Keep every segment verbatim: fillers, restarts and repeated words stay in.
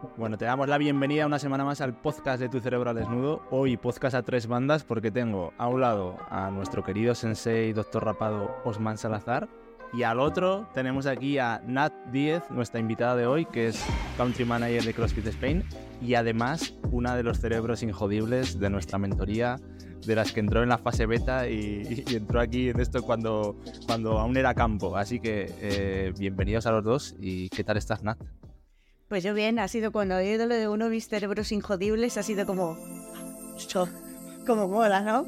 Bueno, te damos la bienvenida una semana más al podcast de Tu Cerebro al Desnudo. Hoy podcast a tres bandas porque tengo a un lado a nuestro querido sensei doctor rapado Osman Salazar y al otro tenemos aquí a Nat Díez, nuestra invitada de hoy, que es Country Manager de CrossFit Spain y además una de los cerebros injodibles de nuestra mentoría, de las que entró en la fase beta y, y entró aquí en esto cuando, cuando aún era campo. Así que eh, bienvenidos a los dos. ¿Y qué tal estás, Nat? Pues yo bien, ha sido cuando he oído lo de uno de mis cerebros injodibles, ha sido como... como mola, ¿no?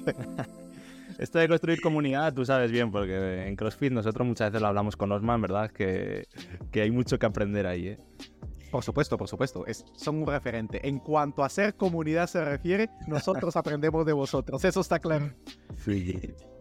Esto de construir comunidad, tú sabes bien, porque en CrossFit nosotros muchas veces lo hablamos con Osman, ¿verdad? Que, que hay mucho que aprender ahí, ¿eh? Por supuesto, por supuesto, es, son un referente. En cuanto a ser comunidad se refiere, nosotros aprendemos de vosotros, eso está claro. Sí.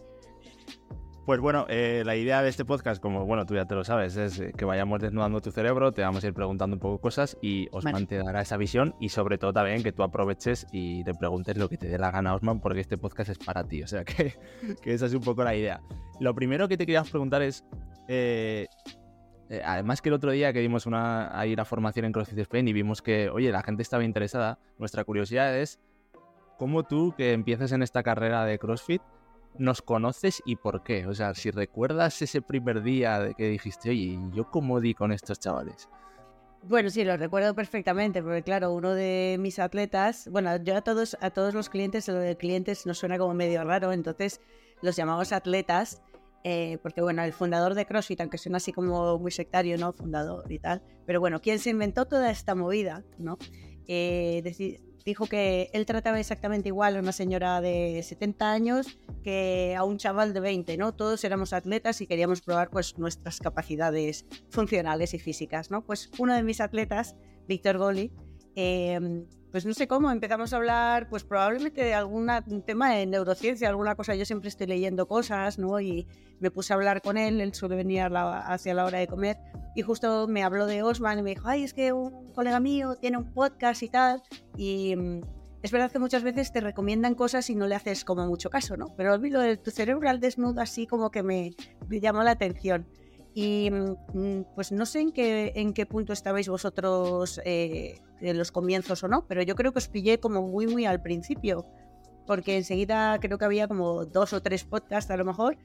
Pues bueno, eh, la idea de este podcast, como bueno, tú ya te lo sabes, es que vayamos desnudando tu cerebro, te vamos a ir preguntando un poco cosas y Osman vale. te dará esa visión y sobre todo también que tú aproveches y te preguntes lo que te dé la gana a Osman, porque este podcast es para ti, o sea que, que esa es un poco la idea. Lo primero que te queríamos preguntar es, eh, eh, además que el otro día que dimos una, ahí la formación en CrossFit Spain y vimos que, oye, la gente estaba interesada, nuestra curiosidad es cómo tú que empieces en esta carrera de CrossFit, nos conoces y por qué. O sea, si recuerdas ese primer día de que dijiste, oye, ¿yo cómo di con estos chavales? Bueno, sí, lo recuerdo perfectamente, porque claro, uno de mis atletas, bueno, yo a todos, a todos los clientes, lo de clientes nos suena como medio raro, entonces los llamamos atletas, eh, porque bueno, el fundador de CrossFit, aunque suena así como muy sectario, ¿no? Fundador y tal, pero bueno, quien se inventó toda esta movida, ¿no? Eh, decir, dijo que él trataba exactamente igual a una señora de setenta años que a un chaval de veinte, ¿no? Todos éramos atletas y queríamos probar pues nuestras capacidades funcionales y físicas, ¿no? Pues uno de mis atletas, Víctor Goli, eh, pues no sé cómo, empezamos a hablar pues probablemente de algún tema de neurociencia, alguna cosa, yo siempre estoy leyendo cosas, ¿no? Y me puse a hablar con él, él suele venir a la, hacia la hora de comer y justo me habló de Osman y me dijo, ay, es que un colega mío tiene un podcast y tal, y mmm, es verdad que muchas veces te recomiendan cosas y no le haces como mucho caso, ¿no? Pero lo de Tu Cerebro al Desnudo así como que me, me llamó la atención. Y pues no sé en qué, en qué punto estabais vosotros eh, en los comienzos o no, pero yo creo que os pillé como muy muy al principio, porque enseguida creo que había como dos o tres podcasts a lo mejor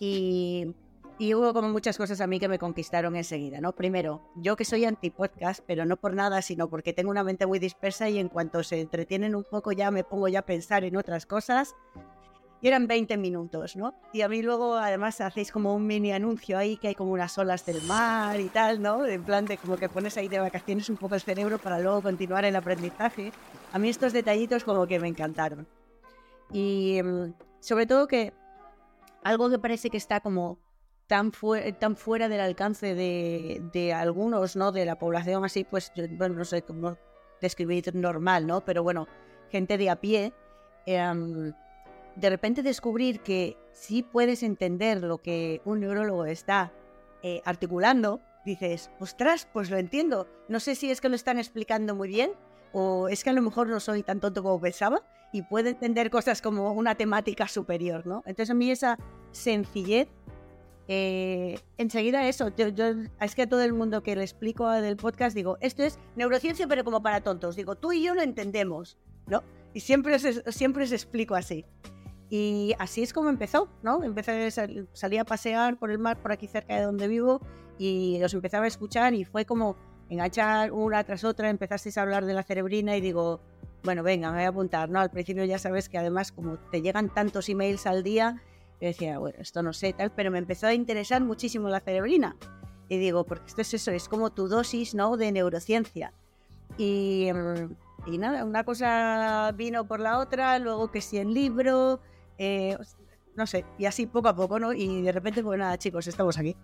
y, y hubo como muchas cosas a mí que me conquistaron enseguida, ¿no? Primero, yo que soy anti-podcast, pero no por nada, sino porque tengo una mente muy dispersa y en cuanto se entretienen un poco ya me pongo ya a pensar en otras cosas. Y eran veinte minutos, ¿no? Y a mí luego, además, hacéis como un mini anuncio ahí, que hay como unas olas del mar y tal, ¿no? En plan de como que pones ahí de vacaciones un poco el cerebro para luego continuar el aprendizaje. A mí estos detallitos como que me encantaron. Y sobre todo que algo que parece que está como tan, fu- tan fuera del alcance de, de algunos, ¿no? De la población así, pues, yo, bueno, no sé cómo describir normal, ¿no? Pero bueno, gente de a pie... Eh, de repente descubrir que sí puedes entender lo que un neurólogo está eh, articulando, dices, ostras, pues lo entiendo. No sé si es que lo están explicando muy bien o es que a lo mejor no soy tan tonto como pensaba y puedo entender cosas como una temática superior, ¿no? Entonces a mí esa sencillez, eh, enseguida eso, yo, yo, es que a todo el mundo que le explico del podcast digo, esto es neurociencia pero como para tontos. Digo, tú y yo lo entendemos, ¿no? Y siempre os, siempre os explico así. Y así es como empezó, ¿no? Empecé, sal, salí a pasear por el mar, por aquí cerca de donde vivo, y los empezaba a escuchar y fue como enganchar una tras otra, empezasteis a hablar de la cerebrina y digo, bueno, venga, me voy a apuntar, ¿no? Al principio ya sabes que además como te llegan tantos emails al día, yo decía, bueno, esto no sé, tal, pero me empezó a interesar muchísimo la cerebrina. Y digo, porque esto es eso, es como tu dosis, ¿no? De neurociencia. Y, y nada, una cosa vino por la otra, luego que sí el libro... Eh, no sé, y así poco a poco, ¿no? Y de repente, pues nada, chicos, estamos aquí.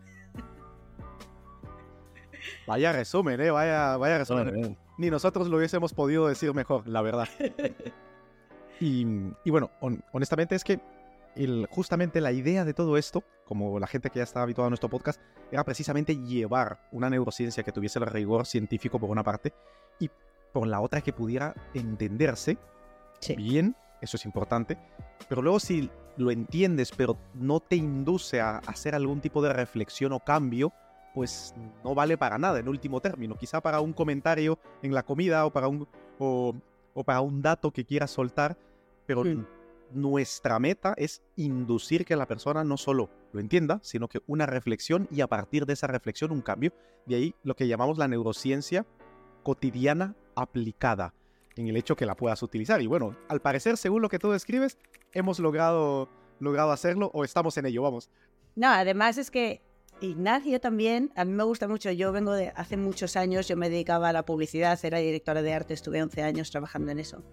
Vaya resumen, ¿eh? Vaya, vaya resumen. Bueno, ni nosotros lo hubiésemos podido decir mejor, la verdad. y, y bueno, on, honestamente es que el, justamente la idea de todo esto, como la gente que ya está habituada a nuestro podcast, era precisamente llevar una neurociencia que tuviese el rigor científico por una parte y por la otra que pudiera entenderse sí. bien. Eso es importante, pero luego si lo entiendes pero no te induce a hacer algún tipo de reflexión o cambio, pues no vale para nada en último término. Quizá para un comentario en la comida o para un, o, o para un dato que quieras soltar, pero Mm. nuestra meta es inducir que la persona no solo lo entienda, sino que una reflexión y a partir de esa reflexión un cambio. De ahí lo que llamamos la neurociencia cotidiana aplicada, en el hecho que la puedas utilizar. Y bueno, al parecer, según lo que tú describes, hemos logrado, logrado hacerlo o estamos en ello, vamos. No, además es que Ignacio también, a mí me gusta mucho, yo vengo de hace muchos años, yo me dedicaba a la publicidad, era directora de arte, estuve once años trabajando en eso.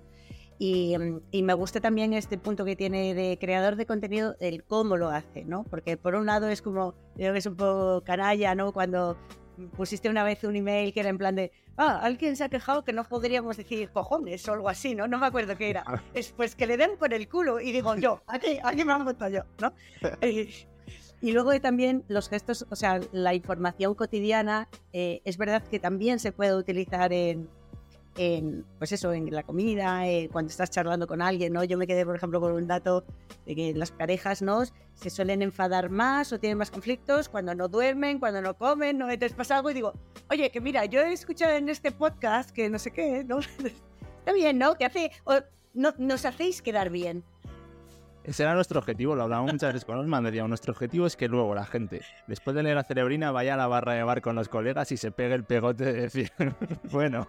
Y, y me gusta también este punto que tiene de creador de contenido, el cómo lo hace, ¿no? Porque por un lado es como, creo que es un poco canalla, ¿no? Cuando pusiste una vez un email que era en plan de, ah, alguien se ha quejado que no podríamos decir cojones o algo así, ¿no? No me acuerdo qué era. Es pues que le den por el culo y digo yo, aquí, aquí me han votado yo, ¿no? Y, y luego también los gestos, o sea, la información cotidiana, eh, es verdad que también se puede utilizar en en, pues eso, en la comida, eh, cuando estás charlando con alguien, ¿no? Yo me quedé, por ejemplo, con un dato de que las parejas, ¿no? Se suelen enfadar más o tienen más conflictos cuando no duermen, cuando no comen, ¿no? Entonces pasa algo y digo, oye, que mira, yo he escuchado en este podcast que no sé qué, ¿no? Está bien, ¿no? Que hace, o, no, nos hacéis quedar bien. Ese era nuestro objetivo, lo hablamos muchas veces con Osman, decíamos, nuestro objetivo es que luego la gente, después de leer a Cerebrina, vaya a la barra de bar con los colegas y se pegue el pegote de decir, bueno,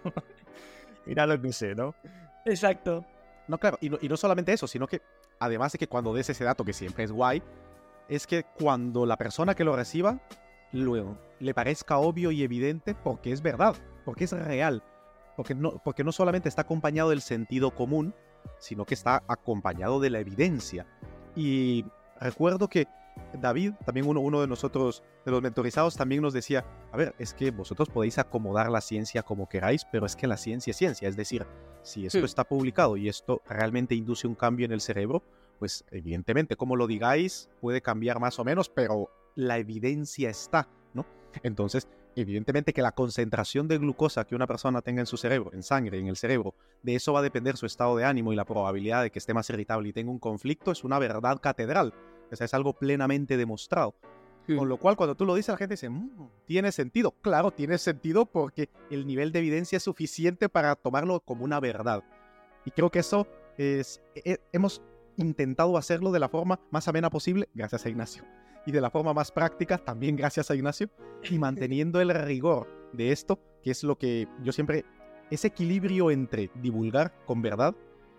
mira lo que sé, ¿no? Exacto. No, claro, y no, y no solamente eso, sino que además de que cuando des ese dato, que siempre es guay, es que cuando la persona que lo reciba luego le parezca obvio y evidente porque es verdad, porque es real, porque no, porque no solamente está acompañado del sentido común, sino que está acompañado de la evidencia. Y recuerdo que David, también uno, uno de nosotros, de los mentorizados, también nos decía, a ver, es que vosotros podéis acomodar la ciencia como queráis, pero es que la ciencia es ciencia, es decir, si esto Sí. está publicado y esto realmente induce un cambio en el cerebro, pues evidentemente, como lo digáis, puede cambiar más o menos, pero la evidencia está, ¿no? Entonces, evidentemente que la concentración de glucosa que una persona tenga en su cerebro, en sangre, en el cerebro, de eso va a depender su estado de ánimo y la probabilidad de que esté más irritable y tenga un conflicto, es una verdad catedral. O sea, es algo plenamente demostrado. Sí. Con lo cual, cuando tú lo dices, la gente dice, mmm, tiene sentido. Claro, tiene sentido porque el nivel de evidencia es suficiente para tomarlo como una verdad. Y creo que eso es... Eh, hemos intentado hacerlo de la forma más amena posible, gracias a Ignacio. Y de la forma más práctica, también gracias a Ignacio. Y manteniendo el rigor de esto, que es lo que yo siempre... Ese equilibrio entre divulgar con verdad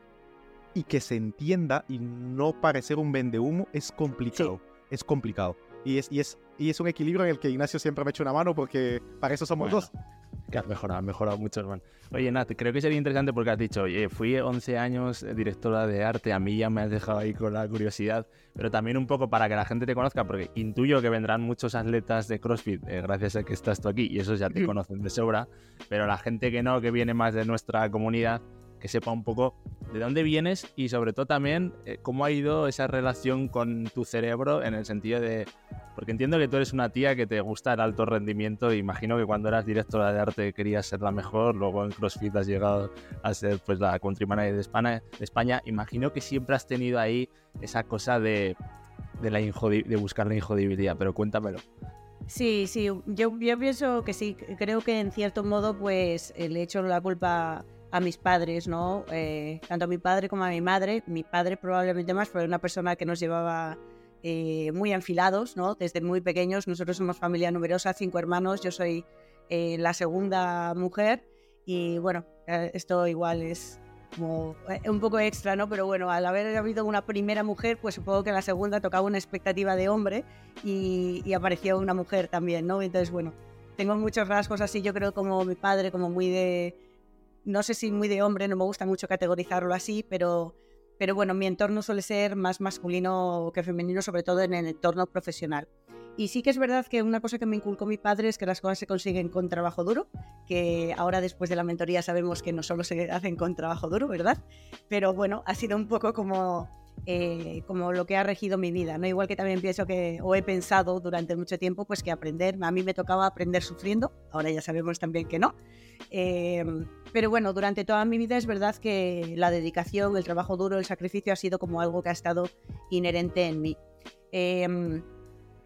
y que se entienda y no parecer un vendehumo es complicado. Sí. Es complicado. Y es, y, es, y es un equilibrio en el que Ignacio siempre me echa una mano porque para eso somos bueno, dos. Que has mejorado, has mejorado mucho, hermano. Oye, Nat, creo que sería interesante porque has dicho, oye, fui once años directora de arte, a mí ya me has dejado ahí con la curiosidad, pero también un poco para que la gente te conozca, porque intuyo que vendrán muchos atletas de CrossFit eh, gracias a que estás tú aquí y esos ya te conocen de sobra, pero la gente que no, que viene más de nuestra comunidad, que sepa un poco de dónde vienes y sobre todo también eh, cómo ha ido esa relación con tu cerebro en el sentido de... Porque entiendo que tú eres una tía que te gusta el alto rendimiento e imagino que cuando eras directora de arte querías ser la mejor, luego en CrossFit has llegado a ser pues la country manager de España, de España. Imagino que siempre has tenido ahí esa cosa de, de, la injodi- de buscar la injodibilidad, pero cuéntamelo. Sí, sí, yo, yo pienso que sí, creo que en cierto modo pues le echo la culpa a mis padres, ¿no? Eh, tanto a mi padre como a mi madre. Mi padre probablemente más, fue una persona que nos llevaba eh, muy enfilados, ¿no? Desde muy pequeños. Nosotros somos familia numerosa, cinco hermanos, yo soy eh, la segunda mujer y bueno, eh, esto igual es como un poco extra, ¿no? Pero bueno, al haber habido una primera mujer, pues supongo que la segunda tocaba una expectativa de hombre y, y apareció una mujer también, ¿no? Entonces, bueno, tengo muchos rasgos así, yo creo, como mi padre, como muy de... No sé si muy de hombre, no me gusta mucho categorizarlo así, pero, pero bueno, mi entorno suele ser más masculino que femenino, sobre todo en el entorno profesional. Y sí que es verdad que una cosa que me inculcó mi padre es que las cosas se consiguen con trabajo duro, que ahora después de la mentoría sabemos que no solo se hacen con trabajo duro, ¿verdad? Pero bueno, ha sido un poco como, eh, como lo que ha regido mi vida, ¿no? Igual que también pienso que, o he pensado durante mucho tiempo, pues que aprender, a mí me tocaba aprender sufriendo, ahora ya sabemos también que no. Eh, pero bueno, durante toda mi vida es verdad que la dedicación, el trabajo duro, el sacrificio ha sido como algo que ha estado inherente en mí. Eh,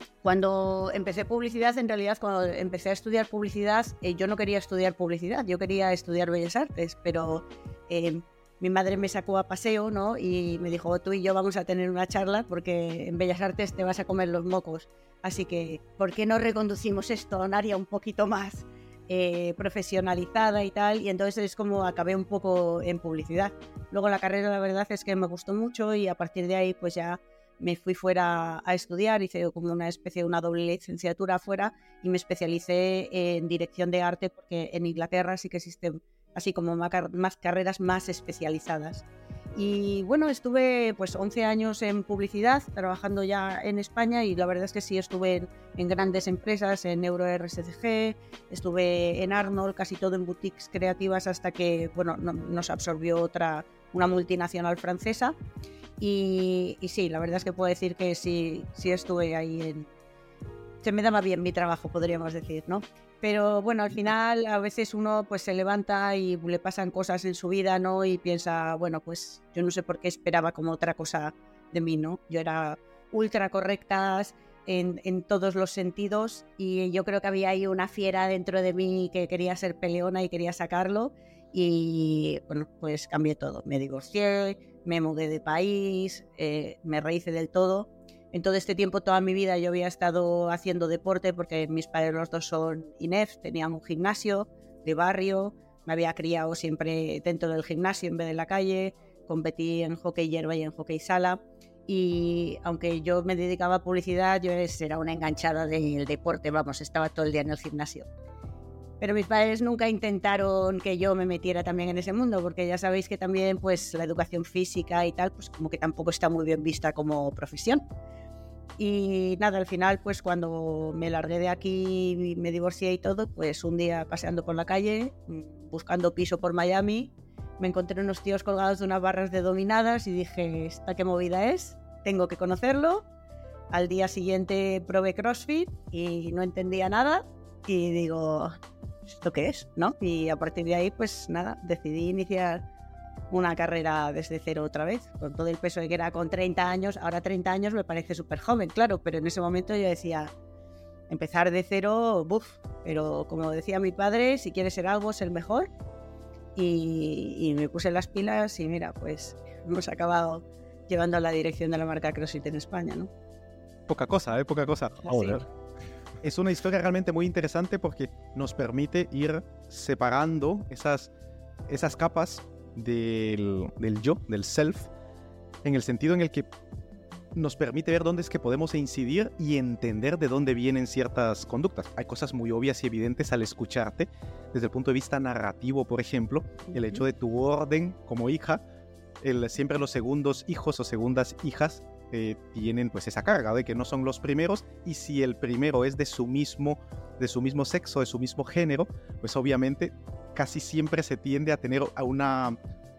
Cuando empecé publicidad, en realidad, cuando empecé a estudiar publicidad, eh, yo no quería estudiar publicidad, yo quería estudiar Bellas Artes, pero eh, mi madre me sacó a paseo, ¿no? Y me dijo, tú y yo vamos a tener una charla porque en Bellas Artes te vas a comer los mocos. Así que, ¿por qué no reconducimos esto a un área un poquito más eh, profesionalizada y tal? Y entonces es como acabé un poco en publicidad. Luego la carrera, la verdad es que me gustó mucho y a partir de ahí pues ya me fui fuera a estudiar, hice como una especie de una doble licenciatura fuera y me especialicé en dirección de arte porque en Inglaterra sí que existen así como más carreras más especializadas. Y bueno, estuve pues once años en publicidad, trabajando ya en España y la verdad es que sí estuve en, en grandes empresas, en Euro R S C G, estuve en Arnold, casi todo en boutiques creativas hasta que bueno, no, nos absorbió otra, una multinacional francesa. Y, y sí, la verdad es que puedo decir que sí, sí estuve ahí en... Se me daba bien mi trabajo, podríamos decir, ¿no? Pero bueno, al final a veces uno pues se levanta y le pasan cosas en su vida, ¿no? Y piensa, bueno, pues yo no sé por qué esperaba como otra cosa de mí, ¿no? Yo era ultra correcta en, en todos los sentidos y yo creo que había ahí una fiera dentro de mí que quería ser peleona y quería sacarlo y bueno, pues cambié todo. Me divorcié, me mudé de país, eh, me rehice del todo. En todo este tiempo, toda mi vida, yo había estado haciendo deporte porque mis padres los dos son I N E F, tenían un gimnasio de barrio, me había criado siempre dentro del gimnasio en vez de en la calle, competí en hockey hierba y en hockey sala y aunque yo me dedicaba a publicidad, yo era una enganchada del deporte, vamos, estaba todo el día en el gimnasio. Pero mis padres nunca intentaron que yo me metiera también en ese mundo, porque ya sabéis que también pues la educación física y tal, pues como que tampoco está muy bien vista como profesión. Y nada, al final pues cuando me largué de aquí y me divorcié y todo, pues un día paseando por la calle, buscando piso por Miami, me encontré unos tíos colgados de unas barras de dominadas y dije, ¿esta qué movida es? Tengo que conocerlo. Al día siguiente probé CrossFit y no entendía nada y digo, ¿esto qué es? ¿No? Y a partir de ahí pues nada, decidí iniciar una carrera desde cero otra vez, con todo el peso de que era con treinta años, ahora treinta años me parece súper joven, claro, pero en ese momento yo decía, empezar de cero, buf, pero como decía mi padre, si quieres ser algo, es el mejor, y, y me puse las pilas y mira, pues hemos acabado llevando a la dirección de la marca CrossFit en España, ¿no? Poca cosa, ¿eh? Poca cosa. Joder. Es una historia realmente muy interesante porque nos permite ir separando esas, esas capas Del, del yo, del self, en el sentido en el que nos permite ver dónde es que podemos incidir y entender de dónde vienen ciertas conductas. Hay cosas muy obvias y evidentes al escucharte, desde el punto de vista narrativo, por ejemplo, uh-huh. el hecho de tu orden como hija, el, siempre los segundos hijos o segundas hijas eh, tienen pues esa carga de que no son los primeros, y si el primero es de su mismo, de su mismo sexo, de su mismo género, pues obviamente casi siempre se tiende a tener a una,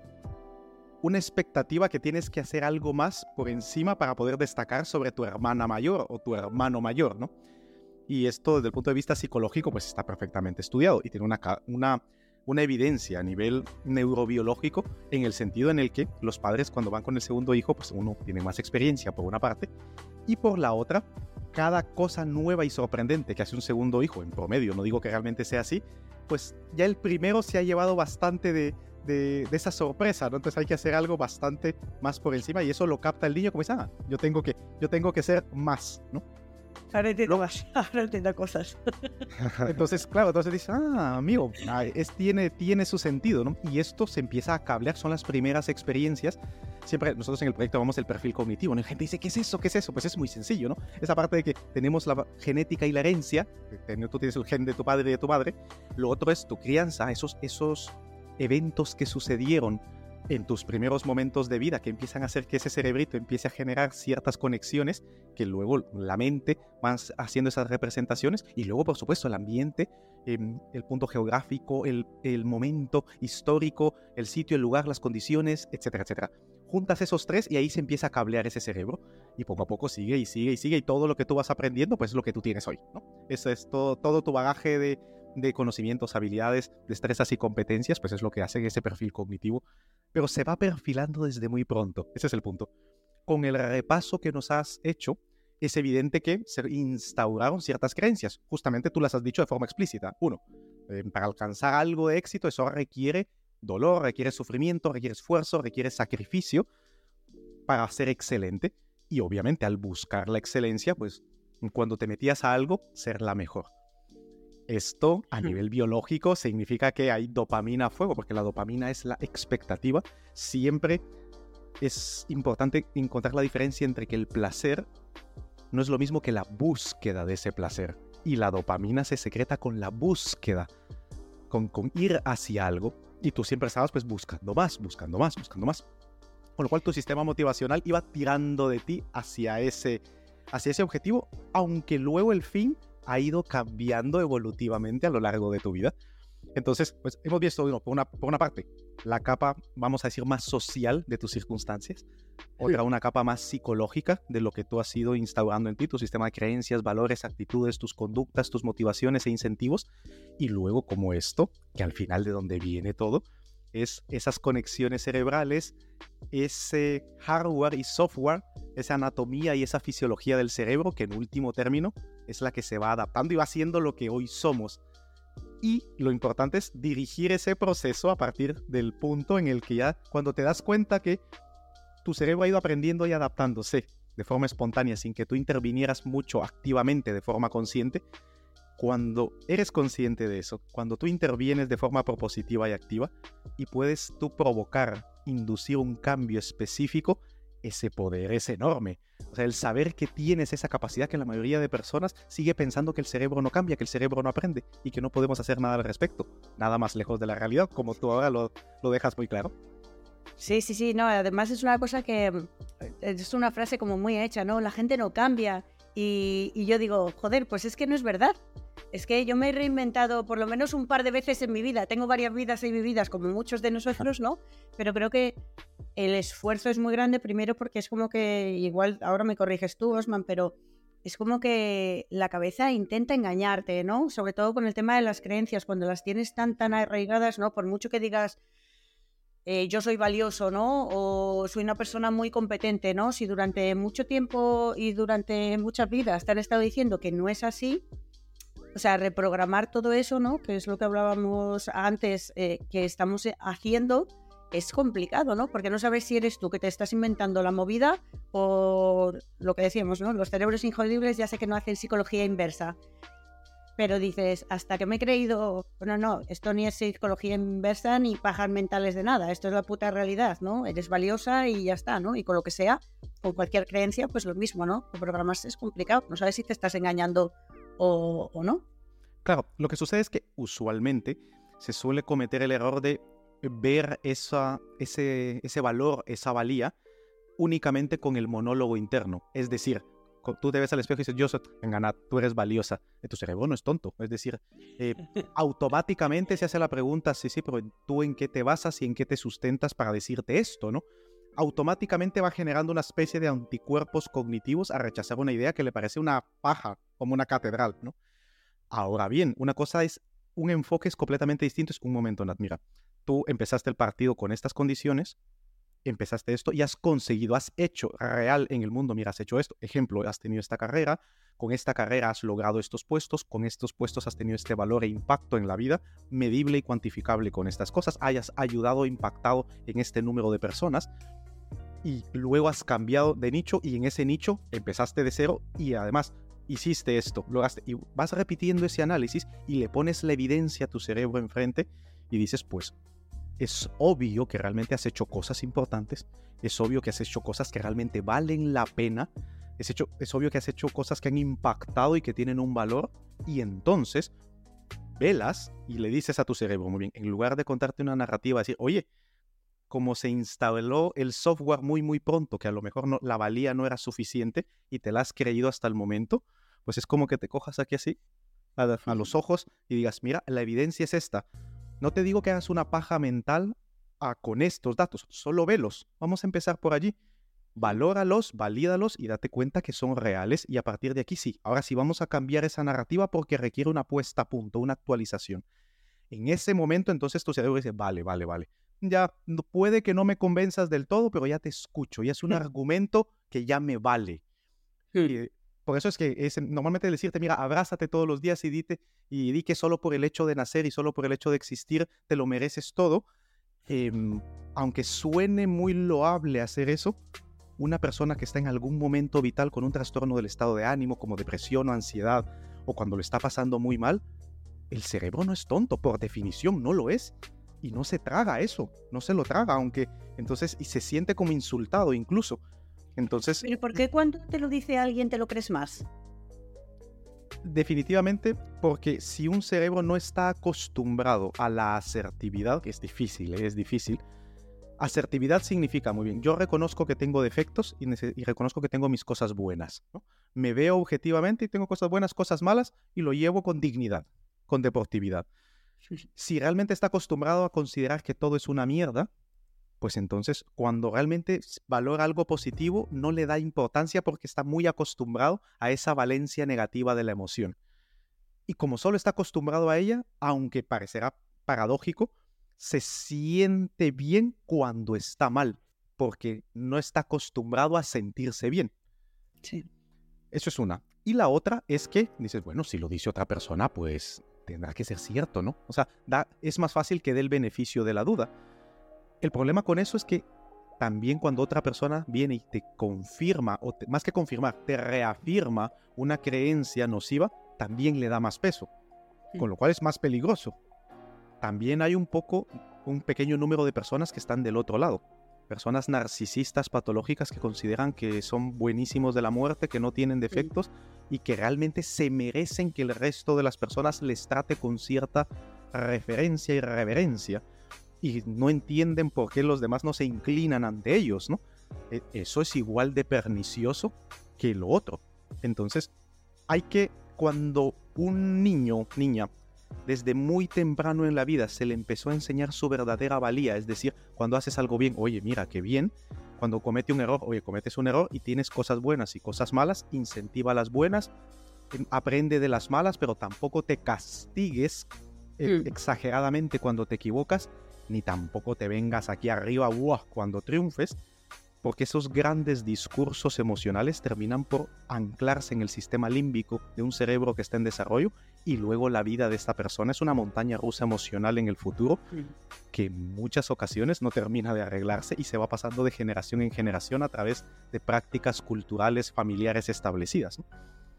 una expectativa que tienes que hacer algo más por encima para poder destacar sobre tu hermana mayor o tu hermano mayor, ¿no? Y esto desde el punto de vista psicológico pues está perfectamente estudiado y tiene una, una, una evidencia a nivel neurobiológico, en el sentido en el que los padres cuando van con el segundo hijo, pues uno tiene más experiencia por una parte, y por la otra, cada cosa nueva y sorprendente que hace un segundo hijo, en promedio, no digo que realmente sea así, pues ya el primero se ha llevado bastante de, de, de esa sorpresa, ¿no? Entonces hay que hacer algo bastante más por encima y eso lo capta el niño como dice, ah, yo tengo que, yo tengo que ser más, ¿no? Ahora entiendo más, ahora entiendo cosas. Entonces, claro, entonces dice, ah, amigo, es, tiene, tiene su sentido, ¿no? Y esto se empieza a cablear, son las primeras experiencias. Siempre nosotros en el proyecto vamos el perfil cognitivo, ¿no? Y la gente dice, ¿qué es eso? ¿Qué es eso? Pues es muy sencillo, ¿no? Esa parte de que tenemos la genética y la herencia, tú tienes el gen de tu padre y de tu madre, lo otro es tu crianza, esos, esos eventos que sucedieron en tus primeros momentos de vida que empiezan a hacer que ese cerebrito empiece a generar ciertas conexiones que luego la mente va haciendo esas representaciones, y luego por supuesto el ambiente, eh, el punto geográfico, el, el momento histórico, el sitio, el lugar, las condiciones, etcétera, etcétera. Juntas esos tres y ahí se empieza a cablear ese cerebro y poco a poco sigue y sigue y sigue, y todo lo que tú vas aprendiendo pues es lo que tú tienes hoy, ¿no? Eso es todo, todo tu bagaje de, de conocimientos, habilidades, destrezas y competencias, pues es lo que hace ese perfil cognitivo, pero se va perfilando desde muy pronto. Ese es el punto. Con el repaso que nos has hecho, es evidente que se instauraron ciertas creencias. Justamente tú las has dicho de forma explícita. Uno, eh, para alcanzar algo de éxito, eso requiere dolor, requiere sufrimiento, requiere esfuerzo, requiere sacrificio para ser excelente. Y obviamente al buscar la excelencia, pues cuando te metías a algo, ser la mejor. Esto a nivel biológico significa que hay dopamina a fuego, porque la dopamina es la expectativa. Siempre es importante encontrar la diferencia entre que el placer no es lo mismo que la búsqueda de ese placer. Y la dopamina se secreta con la búsqueda, con, con ir hacia algo. Y tú siempre estabas pues buscando más, buscando más, buscando más. Con lo cual tu sistema motivacional iba tirando de ti hacia ese, hacia ese objetivo, aunque luego el fin ha ido cambiando evolutivamente a lo largo de tu vida. Entonces, pues hemos visto, uno, por, una, por una parte, la capa, vamos a decir, más social de tus circunstancias. Otra, una capa más psicológica de lo que tú has ido instaurando en ti, tu sistema de creencias, valores, actitudes, tus conductas, tus motivaciones e incentivos. Y luego, como esto, que al final de donde viene todo, es esas conexiones cerebrales, ese hardware y software, esa anatomía y esa fisiología del cerebro, que en último término es la que se va adaptando y va haciendo lo que hoy somos. Y lo importante es dirigir ese proceso a partir del punto en el que ya cuando te das cuenta que tu cerebro ha ido aprendiendo y adaptándose de forma espontánea sin que tú intervinieras mucho activamente de forma consciente, cuando eres consciente de eso, cuando tú intervienes de forma propositiva y activa y puedes tú provocar, inducir un cambio específico, ese poder es enorme. O sea, el saber que tienes esa capacidad que la mayoría de personas sigue pensando que el cerebro no cambia, que el cerebro no aprende y que no podemos hacer nada al respecto. Nada más lejos de la realidad, como tú ahora lo, lo dejas muy claro. Sí, sí, sí, no, además es una cosa que es una frase como muy hecha, ¿no? La gente no cambia y, y yo digo, joder, pues es que no es verdad. Es que yo me he reinventado por lo menos un par de veces en mi vida. Tengo varias vidas y vividas como muchos de nosotros, ¿no? Pero creo que el esfuerzo es muy grande, primero porque es como que, igual ahora me corriges tú, Osman, pero es como que la cabeza intenta engañarte, ¿no? Sobre todo con el tema de las creencias, cuando las tienes tan, tan arraigadas, ¿no? Por mucho que digas, eh, yo soy valioso, ¿no? O soy una persona muy competente, ¿no? Si durante mucho tiempo y durante muchas vidas te han estado diciendo que no es así, o sea, reprogramar todo eso, ¿no? Que es lo que hablábamos antes, eh, que estamos haciendo, es complicado, ¿no? Porque no sabes si eres tú que te estás inventando la movida o lo que decíamos, ¿no? Los cerebros injodibles ya sé que no hacen psicología inversa. Pero dices, hasta que me he creído, bueno, no, esto ni es psicología inversa ni pajas mentales de nada, esto es la puta realidad, ¿no? Eres valiosa y ya está, ¿no? Y con lo que sea, con cualquier creencia, pues lo mismo, ¿no? Programarse es complicado, no sabes si te estás engañando o, o no. Claro, lo que sucede es que usualmente se suele cometer el error de ver esa, ese, ese valor, esa valía, únicamente con el monólogo interno. Es decir, tú te ves al espejo y dices, yo soy, venga, Nat, tú eres valiosa. Tu cerebro no es tonto. Es decir, eh, automáticamente se hace la pregunta, sí, sí, pero tú en qué te basas y en qué te sustentas para decirte esto, ¿no? Automáticamente va generando una especie de anticuerpos cognitivos a rechazar una idea que le parece una paja, como una catedral, ¿no? Ahora bien, una cosa es, un enfoque es completamente distinto. Es un momento, Nat, mira, tú empezaste el partido con estas condiciones, empezaste esto y has conseguido, has hecho real en el mundo, mira, has hecho esto. Ejemplo, has tenido esta carrera, con esta carrera has logrado estos puestos, con estos puestos has tenido este valor e impacto en la vida, medible y cuantificable con estas cosas, hayas ayudado, impactado en este número de personas y luego has cambiado de nicho y en ese nicho empezaste de cero y además hiciste esto, lograste, y vas repitiendo ese análisis y le pones la evidencia a tu cerebro enfrente y dices, pues, es obvio que realmente has hecho cosas importantes, es obvio que has hecho cosas que realmente valen la pena, es, hecho, es obvio que has hecho cosas que han impactado y que tienen un valor, y entonces velas y le dices a tu cerebro, muy bien, en lugar de contarte una narrativa, decir, oye, como se instaló el software muy muy pronto, que a lo mejor no, la valía no era suficiente y te la has creído hasta el momento, pues es como que te cojas aquí así, a, a los ojos y digas, mira, la evidencia es esta. No te digo que hagas una paja mental a, con estos datos, solo velos. Vamos a empezar por allí. Valóralos, valídalos y date cuenta que son reales y a partir de aquí sí. Ahora sí vamos a cambiar esa narrativa porque requiere una puesta a punto, una actualización. En ese momento entonces tu cerebro dice, vale, vale, vale. Ya puede que no me convenzas del todo, pero ya te escucho. Ya es un argumento que ya me vale. Y Por eso es que es normalmente decirte, mira, abrázate todos los días y, dite, y di que solo por el hecho de nacer y solo por el hecho de existir te lo mereces todo. Eh, aunque suene muy loable hacer eso, una persona que está en algún momento vital con un trastorno del estado de ánimo, como depresión o ansiedad, o cuando lo está pasando muy mal, el cerebro no es tonto, por definición no lo es. Y no se traga eso, no se lo traga, aunque entonces, y se siente como insultado incluso. Entonces, ¿pero por qué cuando te lo dice alguien te lo crees más? Definitivamente porque si un cerebro no está acostumbrado a la asertividad, que es difícil, ¿eh? es difícil, asertividad significa, muy bien, yo reconozco que tengo defectos y, y reconozco que tengo mis cosas buenas, ¿no? Me veo objetivamente y tengo cosas buenas, cosas malas, y lo llevo con dignidad, con deportividad. Si realmente está acostumbrado a considerar que todo es una mierda, pues entonces cuando realmente valora algo positivo no le da importancia porque está muy acostumbrado a esa valencia negativa de la emoción. Y como solo está acostumbrado a ella, aunque parecerá paradójico, se siente bien cuando está mal, porque no está acostumbrado a sentirse bien. Sí. Eso es una. Y la otra es que dices, bueno, si lo dice otra persona, pues tendrá que ser cierto, ¿no? O sea, da, es más fácil que dé el beneficio de la duda. El problema con eso es que también cuando otra persona viene y te confirma, o te, más que confirmar, te reafirma una creencia nociva, también le da más peso, con lo cual es más peligroso. También hay un poco, un pequeño número de personas que están del otro lado. Personas narcisistas patológicas que consideran que son buenísimos de la muerte, que no tienen defectos y que realmente se merecen que el resto de las personas les trate con cierta referencia y reverencia. Y no entienden por qué los demás no se inclinan ante ellos, ¿no? Eso es igual de pernicioso que lo otro. Entonces, hay que, cuando un niño, niña, desde muy temprano en la vida se le empezó a enseñar su verdadera valía, es decir, cuando haces algo bien, oye, mira, qué bien. Cuando comete un error, oye, cometes un error y tienes cosas buenas y cosas malas, incentiva las buenas, aprende de las malas, pero tampoco te castigues eh, mm. exageradamente cuando te equivocas, ni tampoco te vengas aquí arriba ¡wow! Cuando triunfes, porque esos grandes discursos emocionales terminan por anclarse en el sistema límbico de un cerebro que está en desarrollo, y luego la vida de esta persona es una montaña rusa emocional en el futuro que en muchas ocasiones no termina de arreglarse y se va pasando de generación en generación a través de prácticas culturales familiares establecidas, ¿no?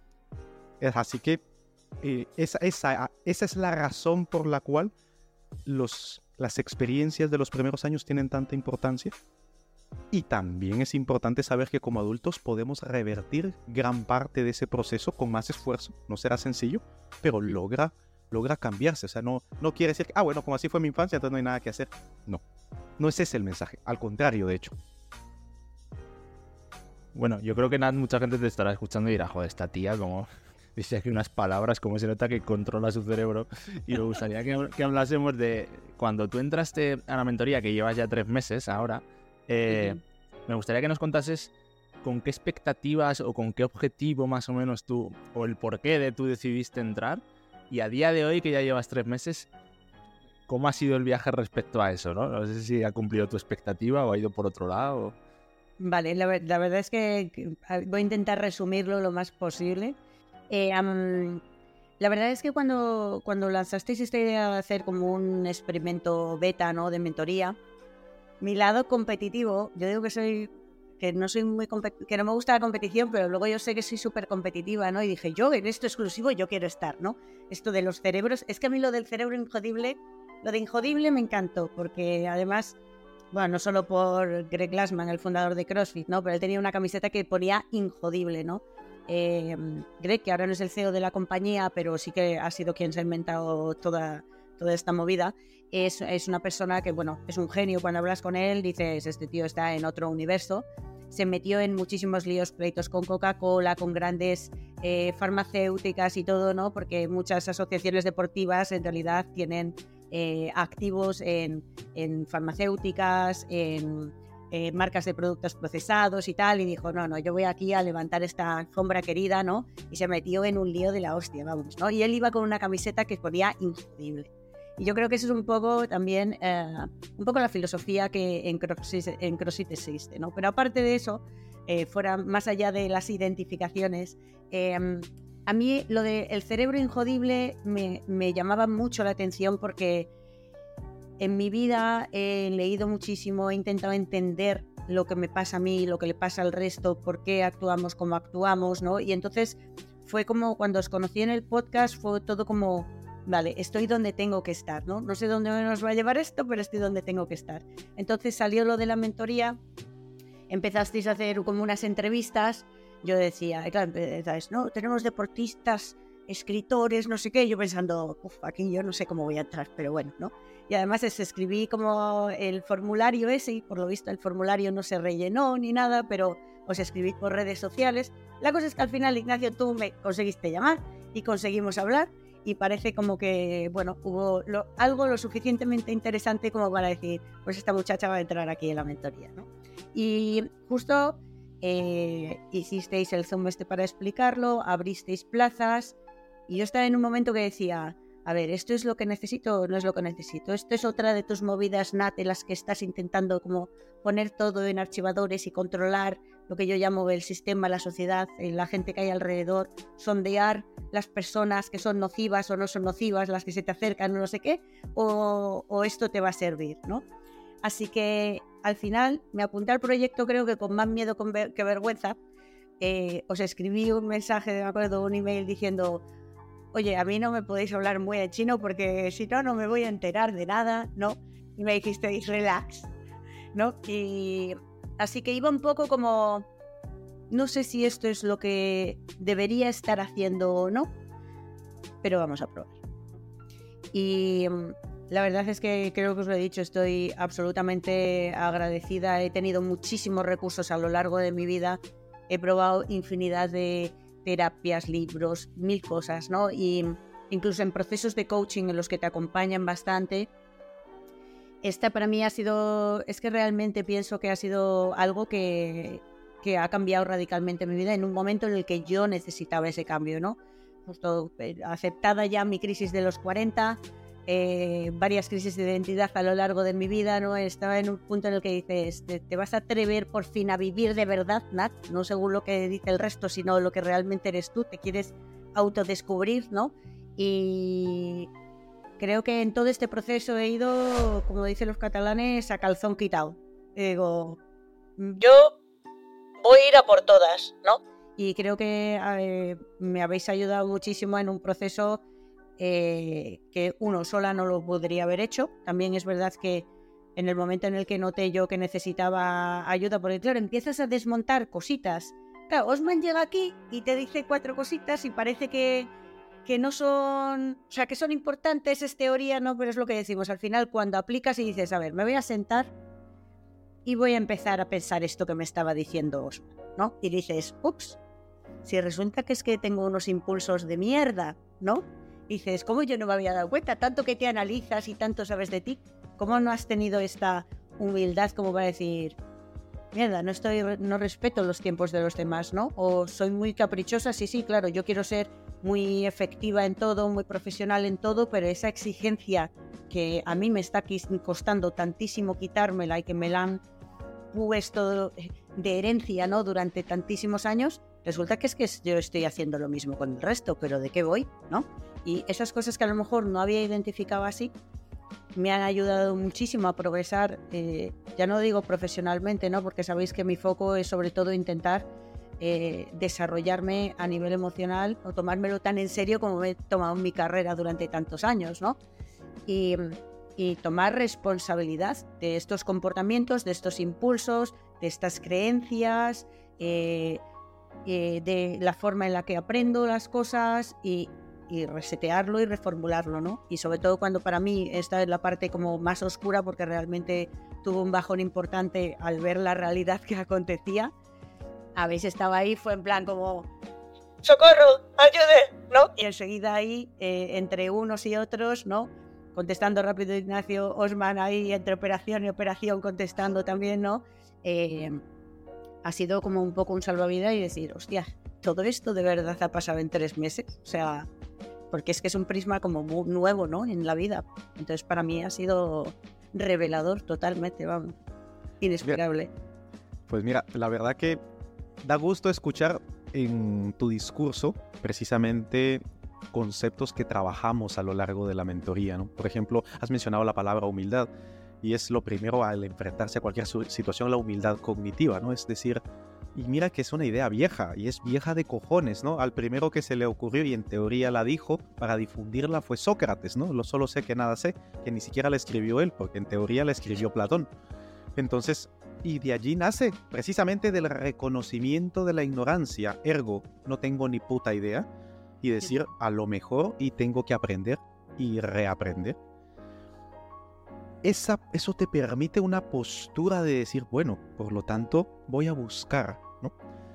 Así que eh, esa, esa, esa es la razón por la cual los... las experiencias de los primeros años tienen tanta importancia, y también es importante saber que como adultos podemos revertir gran parte de ese proceso con más esfuerzo. No será sencillo, pero logra, logra cambiarse. O sea, no, no quiere decir que, ah, bueno, como así fue mi infancia, entonces no hay nada que hacer. No, no es ese el mensaje, al contrario, de hecho. Bueno, yo creo que Nat, mucha gente te estará escuchando y dirá, joder, esta tía como... dice aquí unas palabras, como se nota que controla su cerebro. Y me gustaría que, que hablásemos de cuando tú entraste a la mentoría, que llevas ya tres meses ahora, eh, uh-huh. me gustaría que nos contases con qué expectativas o con qué objetivo más o menos tú, o el porqué de tú decidiste entrar, y a día de hoy, que ya llevas tres meses, ¿cómo ha sido el viaje respecto a eso, ¿no? No sé si ha cumplido tu expectativa o ha ido por otro lado. Vale, la, la verdad es que voy a intentar resumirlo lo más posible. Eh, um, la verdad es que cuando, cuando lanzasteis esta idea de hacer como un experimento beta, ¿no?, de mentoría, mi lado competitivo, yo digo que soy que no soy muy compet- que no me gusta la competición, pero luego yo sé que soy súper competitiva, ¿no? Y dije, yo en esto exclusivo yo quiero estar, ¿no? Esto de los cerebros, es que a mí lo del cerebro injodible, lo de injodible me encantó, porque además, bueno, no solo por Greg Glassman, el fundador de CrossFit, ¿no? Pero él tenía una camiseta que ponía injodible, ¿no? Eh, Greg, que ahora no es el C E O de la compañía, pero sí que ha sido quien se ha inventado toda, toda esta movida, es, es una persona que, bueno, es un genio. Cuando hablas con él dices, este tío está en otro universo. Se metió en muchísimos líos, pleitos con Coca-Cola, con grandes eh, farmacéuticas y todo, ¿no? Porque muchas asociaciones deportivas en realidad tienen eh, activos en, en farmacéuticas, en Eh, marcas de productos procesados y tal, y dijo, no, no, yo voy aquí a levantar esta alfombra querida, ¿no? Y se metió en un lío de la hostia, vamos, ¿no? Y él iba con una camiseta que ponía injodible. Y yo creo que eso es un poco también, eh, un poco la filosofía que en CrossFit, en CrossFit existe, ¿no? Pero aparte de eso, eh, fuera más allá de las identificaciones. Eh, a mí lo del cerebro injodible me, me llamaba mucho la atención porque en mi vida he leído muchísimo, he intentado entender lo que me pasa a mí, lo que le pasa al resto, por qué actuamos como actuamos, ¿no? Y entonces fue como cuando os conocí en el podcast, fue todo como, vale, estoy donde tengo que estar, ¿no? No sé dónde nos va a llevar esto, pero estoy donde tengo que estar. Entonces salió lo de la mentoría, empezasteis a hacer como unas entrevistas, yo decía, claro, empezáis, no, tenemos deportistas, escritores, no sé qué, yo pensando, uff, aquí yo no sé cómo voy a entrar, pero bueno, ¿no? Y además es, escribí como el formulario ese, y por lo visto el formulario no se rellenó ni nada, pero os escribí por redes sociales. La cosa es que al final, Ignacio, tú me conseguiste llamar y conseguimos hablar, y parece como que, bueno, hubo lo, algo lo suficientemente interesante como para decir, pues esta muchacha va a entrar aquí en la mentoría, ¿no? Y justo eh, hicisteis el Zoom este para explicarlo, abristeis plazas, y yo estaba en un momento que decía, a ver, ¿esto es lo que necesito o no es lo que necesito? Esto es otra de tus movidas, Nat, en las que estás intentando como poner todo en archivadores y controlar lo que yo llamo el sistema, la sociedad, la gente que hay alrededor, sondear las personas que son nocivas o no son nocivas, las que se te acercan o no sé qué, o, o esto te va a servir, ¿no? Así que al final me apunté al proyecto, creo que con más miedo que vergüenza. Eh, os escribí un mensaje, me acuerdo, un email diciendo, oye, a mí no me podéis hablar muy en chino porque si no, no me voy a enterar de nada, ¿no? Y me dijisteis, relax, ¿no? Y así que iba un poco como, no sé si esto es lo que debería estar haciendo o no, pero vamos a probar. Y la verdad es que creo que os lo he dicho, estoy absolutamente agradecida. He tenido muchísimos recursos a lo largo de mi vida, he probado infinidad de terapias, libros, mil cosas, ¿no? Y incluso en procesos de coaching en los que te acompañan bastante. Esta para mí ha sido, es que realmente pienso que ha sido algo que, que ha cambiado radicalmente mi vida en un momento en el que yo necesitaba ese cambio, ¿no? Justo eh, aceptada ya mi crisis de los cuarenta, eh, varias crisis de identidad a lo largo de mi vida, ¿no? Estaba en un punto en el que dices, te, te vas a atrever por fin a vivir de verdad, Nat, no según lo que dice el resto, sino lo que realmente eres tú, te quieres autodescubrir, ¿no? Y creo que en todo este proceso he ido, como dicen los catalanes, a calzón quitado. Y digo, yo voy a ir a por todas, ¿no? Y creo que eh, me habéis ayudado muchísimo en un proceso eh, que uno sola no lo podría haber hecho. También es verdad que en el momento en el que noté yo que necesitaba ayuda, porque claro, empiezas a desmontar cositas. Claro, Osman llega aquí y te dice cuatro cositas y parece que, que no son, o sea, que son importantes, es teoría, ¿no? Pero es lo que decimos, al final cuando aplicas y dices, a ver, me voy a sentar y voy a empezar a pensar esto que me estaba diciendo Osman, ¿no? Y dices, ups, si resulta que es que tengo unos impulsos de mierda, ¿no? Dices, ¿cómo yo no me había dado cuenta? Tanto que te analizas y tanto sabes de ti, ¿cómo no has tenido esta humildad como para decir, mierda, no estoy, no respeto los tiempos de los demás, ¿no? O soy muy caprichosa, sí, sí, claro, yo quiero ser muy efectiva en todo, muy profesional en todo, pero esa exigencia que a mí me está costando tantísimo quitármela y que me la han puesto de herencia, ¿no? Durante tantísimos años, resulta que es que yo estoy haciendo lo mismo con el resto, pero ¿de qué voy? ¿No? Y esas cosas que a lo mejor no había identificado así, me han ayudado muchísimo a progresar, eh, ya no digo profesionalmente, ¿no? Porque sabéis que mi foco es sobre todo intentar eh, desarrollarme a nivel emocional o tomármelo tan en serio como me he tomado en mi carrera durante tantos años, ¿no? Y, y tomar responsabilidad de estos comportamientos, de estos impulsos, de estas creencias, eh, eh, de la forma en la que aprendo las cosas y, y resetearlo y reformularlo, ¿no? Y sobre todo cuando para mí esta es la parte como más oscura, porque realmente tuve un bajón importante al ver la realidad que acontecía. Habéis estado ahí, fue en plan como ¡socorro! ¡Ayude! ¿No? Y enseguida ahí, eh, entre unos y otros, ¿no? Contestando rápido Ignacio, Osman ahí entre operación y operación contestando también, ¿no? Eh, ha sido como un poco un salvavidas y decir, hostia, todo esto de verdad ha pasado en tres meses, o sea, porque es que es un prisma como muy nuevo, ¿no? En la vida. Entonces para mí ha sido revelador totalmente, vamos, inesperable. Pues mira, la verdad que da gusto escuchar en tu discurso precisamente conceptos que trabajamos a lo largo de la mentoría, ¿no? Por ejemplo, has mencionado la palabra humildad y es lo primero al enfrentarse a cualquier situación, la humildad cognitiva, ¿no? Es decir, y mira que es una idea vieja y es vieja de cojones, ¿no? Al primero que se le ocurrió y en teoría la dijo para difundirla fue Sócrates, ¿no? Lo solo sé que nada sé, que ni siquiera la escribió él, porque en teoría la escribió Platón. Entonces, y de allí nace precisamente del reconocimiento de la ignorancia, ergo, no tengo ni puta idea, y decir a lo mejor y tengo que aprender y reaprender. Esa, eso te permite una postura de decir, bueno, por lo tanto voy a buscar, ¿no?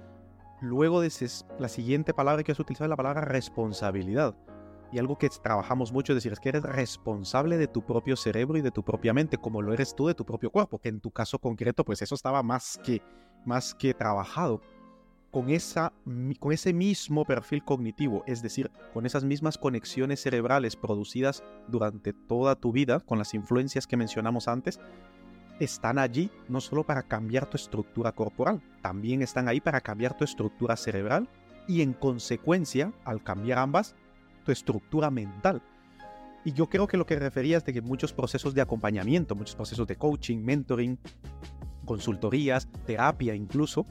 Luego de ese, la siguiente palabra que has utilizado es la palabra responsabilidad. Y algo que trabajamos mucho es decir, es que eres responsable de tu propio cerebro y de tu propia mente, como lo eres tú de tu propio cuerpo, que en tu caso concreto, pues eso estaba más que, más que trabajado. Con, esa, con ese mismo perfil cognitivo, es decir, con esas mismas conexiones cerebrales producidas durante toda tu vida, con las influencias que mencionamos antes, están allí no solo para cambiar tu estructura corporal, también están ahí para cambiar tu estructura cerebral y en consecuencia, al cambiar ambas, tu estructura mental. Y yo creo que lo que referías de que muchos procesos de acompañamiento, muchos procesos de coaching, mentoring, consultorías, terapia incluso,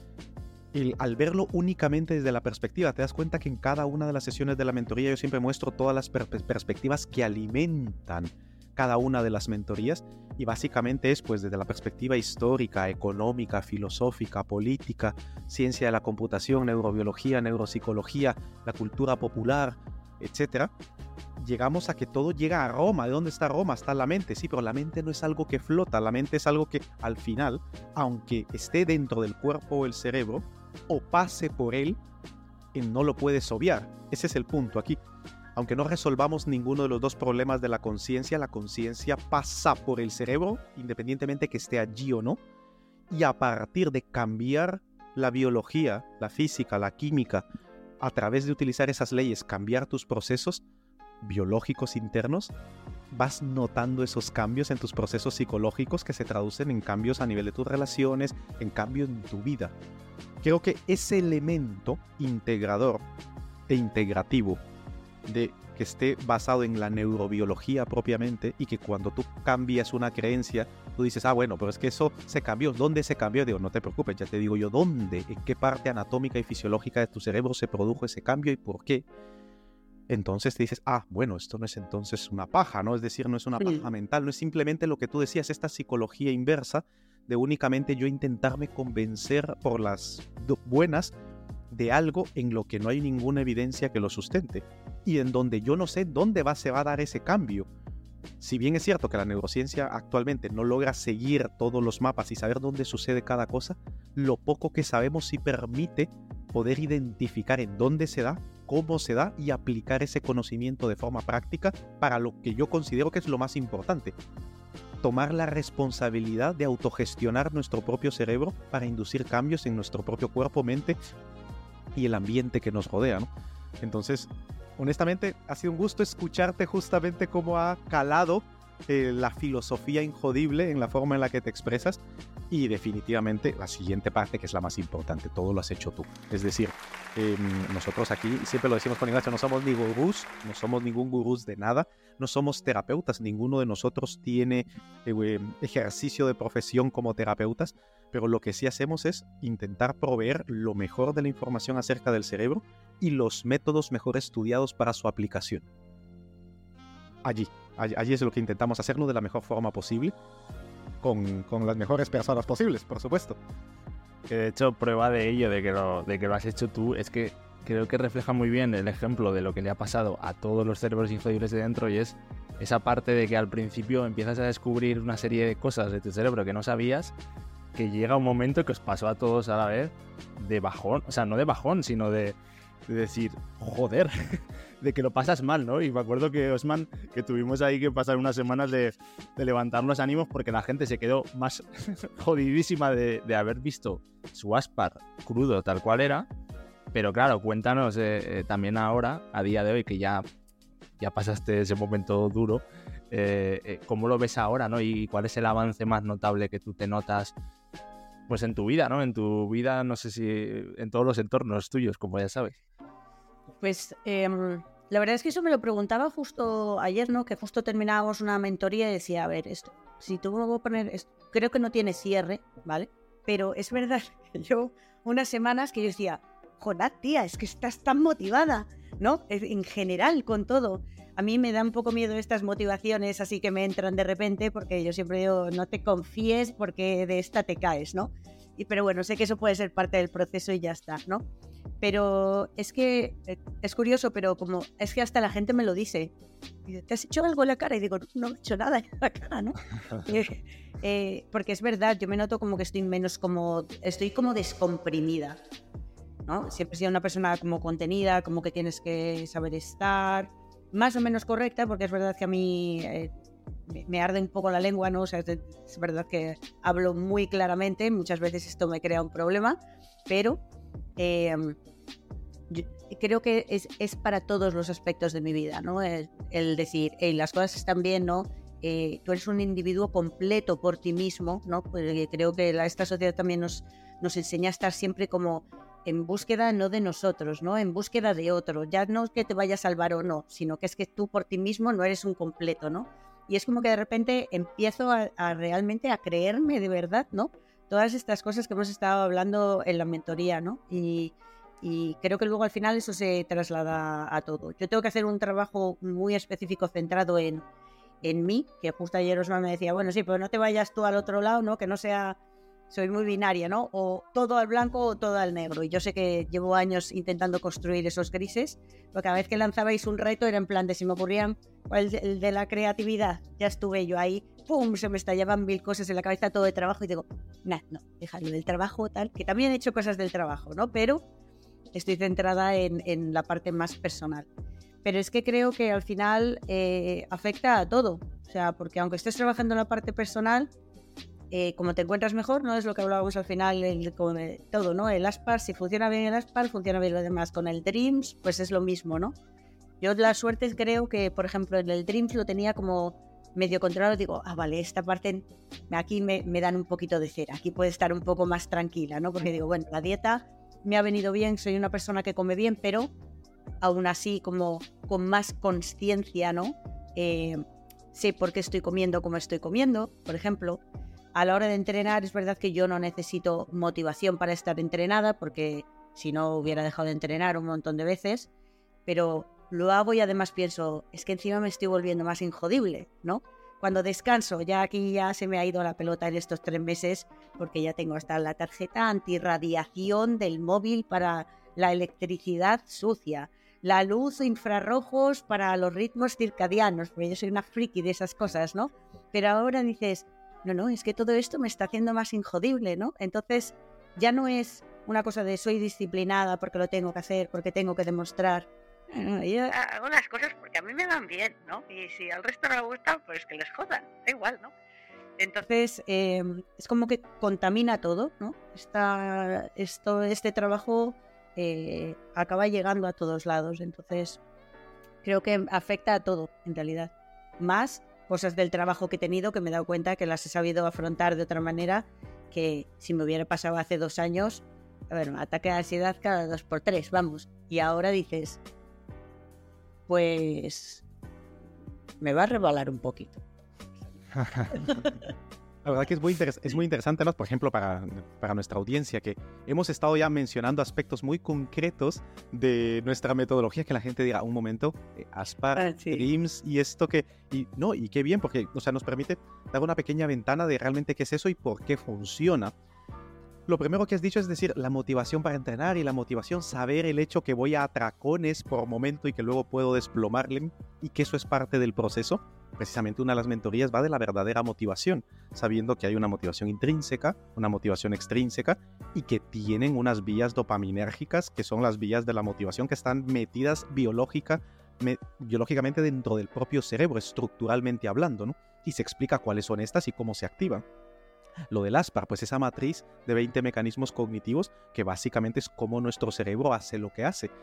El, al verlo únicamente desde la perspectiva, te das cuenta que en cada una de las sesiones de la mentoría yo siempre muestro todas las per- perspectivas que alimentan cada una de las mentorías y básicamente es pues desde la perspectiva histórica, económica, filosófica, política, ciencia de la computación, neurobiología, neuropsicología, la cultura popular, etcétera. Llegamos a que todo llega a Roma. ¿De dónde está Roma? Está la mente, sí, pero la mente no es algo que flota, la mente es algo que al final, aunque esté dentro del cuerpo o el cerebro, o pase por él, no lo puedes obviar. Ese es el punto aquí. Aunque no resolvamos ninguno de los dos problemas de la conciencia, la conciencia pasa por el cerebro, independientemente que esté allí o no, y a partir de cambiar la biología, la física, la química, a través de utilizar esas leyes, cambiar tus procesos biológicos internos, vas notando esos cambios en tus procesos psicológicos que se traducen en cambios a nivel de tus relaciones, en cambio en tu vida. Creo que ese elemento integrador e integrativo de que esté basado en la neurobiología propiamente y que cuando tú cambias una creencia, tú dices, ah, bueno, pero es que eso se cambió. ¿Dónde se cambió? Digo, no te preocupes, ya te digo yo dónde, en qué parte anatómica y fisiológica de tu cerebro se produjo ese cambio y por qué. Entonces te dices, ah, bueno, esto no es entonces una paja, ¿no? Es decir, no es una paja mental, no es simplemente lo que tú decías, esta psicología inversa de únicamente yo intentarme convencer por las buenas de algo en lo que no hay ninguna evidencia que lo sustente y en donde yo no sé dónde va, se va a dar ese cambio. Si bien es cierto que la neurociencia actualmente no logra seguir todos los mapas y saber dónde sucede cada cosa, lo poco que sabemos sí permite poder identificar en dónde se da, cómo se da y aplicar ese conocimiento de forma práctica para lo que yo considero que es lo más importante. Tomar la responsabilidad de autogestionar nuestro propio cerebro para inducir cambios en nuestro propio cuerpo, mente y el ambiente que nos rodea, ¿no? Entonces, honestamente, ha sido un gusto escucharte justamente cómo ha calado eh, la filosofía injodible en la forma en la que te expresas y definitivamente la siguiente parte que es la más importante, todo lo has hecho tú. Es decir, eh, nosotros aquí, siempre lo decimos con Ignacio, no somos ni gurús, no somos ningún gurús de nada, no somos terapeutas, ninguno de nosotros tiene eh, ejercicio de profesión como terapeutas, pero lo que sí hacemos es intentar proveer lo mejor de la información acerca del cerebro y los métodos mejor estudiados para su aplicación. Allí, allí, allí es lo que intentamos hacerlo de la mejor forma posible, con, con las mejores personas posibles, por supuesto. Que de hecho, prueba de ello, de que, lo, de que lo has hecho tú, es que creo que refleja muy bien el ejemplo de lo que le ha pasado a todos los cerebros injodibles de dentro, y es esa parte de que al principio empiezas a descubrir una serie de cosas de tu cerebro que no sabías, que llega un momento que os pasó a todos a la vez de bajón, o sea, no de bajón, sino de, de decir, joder, de que lo pasas mal, ¿no? Y me acuerdo que, Osman, que tuvimos ahí que pasar unas semanas de, de levantar los ánimos porque la gente se quedó más jodidísima de, de haber visto su Aspar crudo tal cual era. Pero claro, cuéntanos eh, eh, también ahora, a día de hoy, que ya, ya pasaste ese momento duro, eh, eh, ¿cómo lo ves ahora, ¿no? Y cuál es el avance más notable que tú te notas pues en tu vida, ¿no? En tu vida, no sé si en todos los entornos tuyos, como ya sabes. Pues eh, la verdad es que eso me lo preguntaba justo ayer, ¿no? Que justo terminábamos una mentoría y decía, a ver, esto, si tú me voy a poner, esto, creo que no tiene cierre, ¿vale? Pero es verdad que yo unas semanas que yo decía, joder, tía, es que estás tan motivada, ¿no? En general, con todo. A mí me da un poco miedo estas motivaciones así que me entran de repente, porque yo siempre digo, no te confíes porque de esta te caes, ¿no? Y, pero bueno, sé que eso puede ser parte del proceso y ya está, ¿no? Pero es que es curioso, pero como es que hasta la gente me lo dice. Dice, ¿te has hecho algo en la cara? Y digo, no me he hecho nada en la cara, ¿no? eh, eh, porque es verdad, yo me noto como que estoy menos como, estoy como descomprimida, ¿no? Siempre he sido una persona como contenida, como que tienes que saber estar, más o menos correcta, porque es verdad que a mí eh, me, me arde un poco la lengua, ¿no? O sea, es, es verdad que hablo muy claramente, muchas veces esto me crea un problema, pero eh, yo creo que es, es para todos los aspectos de mi vida, ¿no? El, el decir, hey, las cosas están bien, ¿no? Eh, tú eres un individuo completo por ti mismo, ¿no? Porque creo que la, esta sociedad también nos, nos enseña a estar siempre como en búsqueda no de nosotros, ¿no? En búsqueda de otro. Ya no es que te vaya a salvar o no, sino que es que tú por ti mismo no eres un completo, ¿no? Y es como que de repente empiezo a, a realmente a creerme de verdad, ¿no? Todas estas cosas que hemos estado hablando en la mentoría, ¿no? Y, y creo que luego al final eso se traslada a todo. Yo tengo que hacer un trabajo muy específico centrado en, en mí, que justo ayer Osman me decía, bueno, sí, pero no te vayas tú al otro lado, ¿no? Que no sea... Soy muy binaria, ¿no? O todo al blanco o todo al negro. Y yo sé que llevo años intentando construir esos grises, porque cada vez que lanzabais un reto era en plan de si me ocurrían el, el de la creatividad, ya estuve yo ahí, ¡pum! Se me estallaban mil cosas en la cabeza, todo de trabajo, y digo, nah, no, déjalo del trabajo, tal, que también he hecho cosas del trabajo, ¿no? Pero estoy centrada en, en la parte más personal. Pero es que creo que al final eh, afecta a todo. O sea, porque aunque estés trabajando en la parte personal, Eh, como te encuentras mejor, ¿no? Es lo que hablábamos al final, el, con el, todo, ¿no? El Aspar, si funciona bien el Aspar, funciona bien lo demás. Con el Dreams, pues es lo mismo, ¿no? Yo la suerte creo que, por ejemplo, en el Dreams lo tenía como medio controlado. Digo, ah, vale, esta parte aquí me, me dan un poquito de cera. Aquí puede estar un poco más tranquila, ¿no? Porque digo, bueno, la dieta me ha venido bien, soy una persona que come bien, pero aún así como con más consciencia, ¿no? Eh, sé por qué estoy comiendo como estoy comiendo, por ejemplo. A la hora de entrenar es verdad que yo no necesito motivación para estar entrenada, porque si no hubiera dejado de entrenar un montón de veces, pero lo hago y además pienso, es que encima me estoy volviendo más injodible, ¿no? Cuando descanso, ya aquí ya se me ha ido la pelota en estos tres meses, porque ya tengo hasta la tarjeta antirradiación del móvil para la electricidad sucia, la luz infrarrojos para los ritmos circadianos, porque yo soy una friki de esas cosas, ¿no? Pero ahora dices... No, no, es que todo esto me está haciendo más injodible, ¿no? Entonces ya no es una cosa de soy disciplinada porque lo tengo que hacer, porque tengo que demostrar. No, no, yo hago las cosas porque a mí me van bien, ¿no? Y si al resto no le gusta, pues que les jodan, da igual, ¿no? Entonces eh, es como que contamina todo, ¿no? Esta, esto, este trabajo eh, acaba llegando a todos lados, entonces creo que afecta a todo, en realidad. Más cosas del trabajo que he tenido que me he dado cuenta que las he sabido afrontar de otra manera que si me hubiera pasado hace dos años, a ver, ataque de ansiedad cada dos por tres, vamos. Y ahora dices, pues me va a rebalar un poquito. La verdad que es muy, interes- es muy interesante, ¿no? Por ejemplo, para, para nuestra audiencia, que hemos estado ya mencionando aspectos muy concretos de nuestra metodología, que la gente diga, un momento, eh, Aspar, ah, sí. Dreams y esto que... Y, no, y qué bien, porque o sea, nos permite dar una pequeña ventana de realmente qué es eso y por qué funciona. Lo primero que has dicho es decir, la motivación para entrenar y la motivación, saber el hecho que voy a atracones por momento y que luego puedo desplomarle y que eso es parte del proceso. Precisamente una de las mentorías va de la verdadera motivación, sabiendo que hay una motivación intrínseca, una motivación extrínseca y que tienen unas vías dopaminérgicas que son las vías de la motivación que están metidas biológica, me, biológicamente dentro del propio cerebro, estructuralmente hablando, ¿no? Y se explica cuáles son estas y cómo se activan. Lo del Aspar, pues esa matriz de veinte mecanismos cognitivos que básicamente es cómo nuestro cerebro hace lo que hace.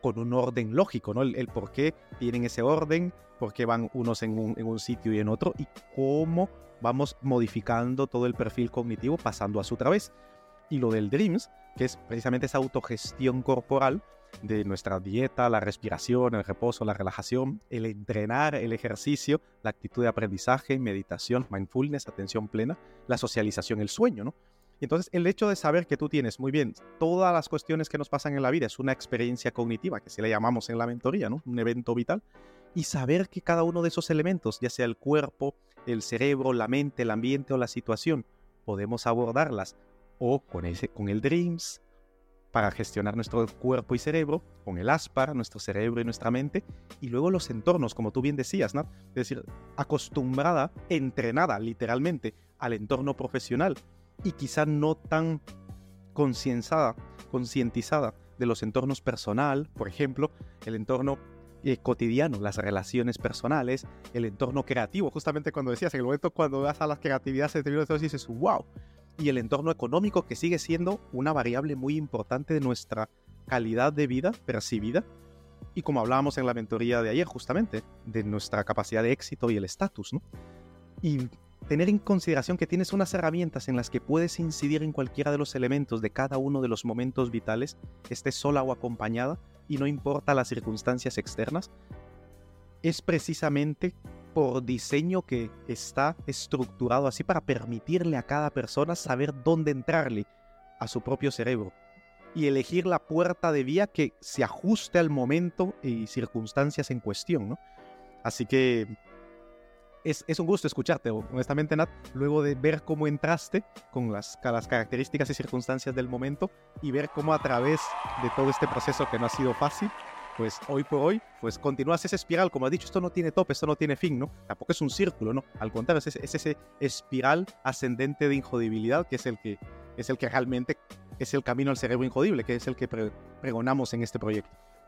con un orden lógico, ¿no? El, el por qué tienen ese orden, por qué van unos en un, en un sitio y en otro, y cómo vamos modificando todo el perfil cognitivo pasando a su través. Y lo del Dreams, que es precisamente esa autogestión corporal de nuestra dieta, la respiración, el reposo, la relajación, el entrenar, el ejercicio, la actitud de aprendizaje, meditación, mindfulness, atención plena, la socialización, el sueño, ¿no? Y entonces el hecho de saber que tú tienes, muy bien, todas las cuestiones que nos pasan en la vida es una experiencia cognitiva, que se le llamamos en la mentoría, ¿no? Un evento vital, y saber que cada uno de esos elementos, ya sea el cuerpo, el cerebro, la mente, el ambiente o la situación, podemos abordarlas o con, ese, con el Dreams, para gestionar nuestro cuerpo y cerebro, con el Aspar, nuestro cerebro y nuestra mente, y luego los entornos, como tú bien decías, ¿no? Es decir, acostumbrada, entrenada literalmente al entorno profesional y quizá no tan concienzada, concientizada de los entornos personal, por ejemplo, el entorno eh, cotidiano, las relaciones personales, el entorno creativo, justamente cuando decías, en el momento cuando vas a la creatividad se te viene todo y dices, wow, y el entorno económico, que sigue siendo una variable muy importante de nuestra calidad de vida percibida, y como hablábamos en la mentoría de ayer justamente, de nuestra capacidad de éxito y el estatus, ¿no? Y tener en consideración que tienes unas herramientas en las que puedes incidir en cualquiera de los elementos de cada uno de los momentos vitales, estés sola o acompañada, y no importa las circunstancias externas, es precisamente por diseño que está estructurado así para permitirle a cada persona saber dónde entrarle a su propio cerebro y elegir la puerta de vía que se ajuste al momento y circunstancias en cuestión, ¿no? Así que es, es un gusto escucharte, honestamente, Nat, luego de ver cómo entraste con las, las características y circunstancias del momento y ver cómo a través de todo este proceso que no ha sido fácil, pues hoy por hoy, pues continúas esa espiral, como has dicho, esto no tiene tope, esto no tiene fin, ¿no? Tampoco es un círculo, ¿no? Al contrario, es ese, es ese espiral ascendente de injodibilidad que es el que, es el que realmente es el camino al cerebro injodible, que es el que pre pregonamos en este proyecto.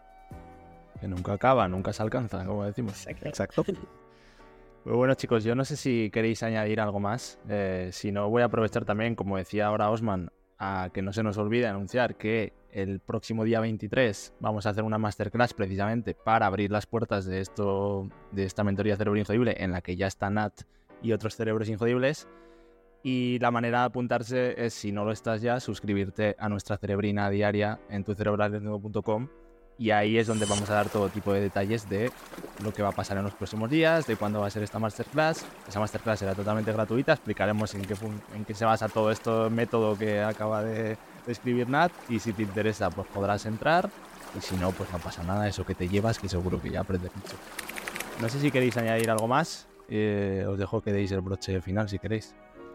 Que nunca acaba, nunca se alcanza, como decimos. Exacto. Pues bueno, chicos, yo no sé si queréis añadir algo más. Eh, si no, voy a aprovechar también, como decía ahora Osman, a que no se nos olvide anunciar que el próximo día veintitrés vamos a hacer una masterclass precisamente para abrir las puertas de esto, de esta mentoría Cerebro Injodible, en la que ya está Nat y otros cerebros injodibles. Y la manera de apuntarse es, si no lo estás ya, suscribirte a nuestra cerebrina diaria en tu cerebral desnudo punto com, y ahí es donde vamos a dar todo tipo de detalles de lo que va a pasar en los próximos días, de cuándo va a ser esta masterclass. Esa masterclass será totalmente gratuita, explicaremos en qué, en qué se basa todo este método que acaba de escribir Nat, y si te interesa pues podrás entrar, y si no pues no pasa nada, eso que te llevas, que seguro que ya aprendes mucho. No sé si queréis añadir algo más, eh, os dejo que deis el broche final si queréis.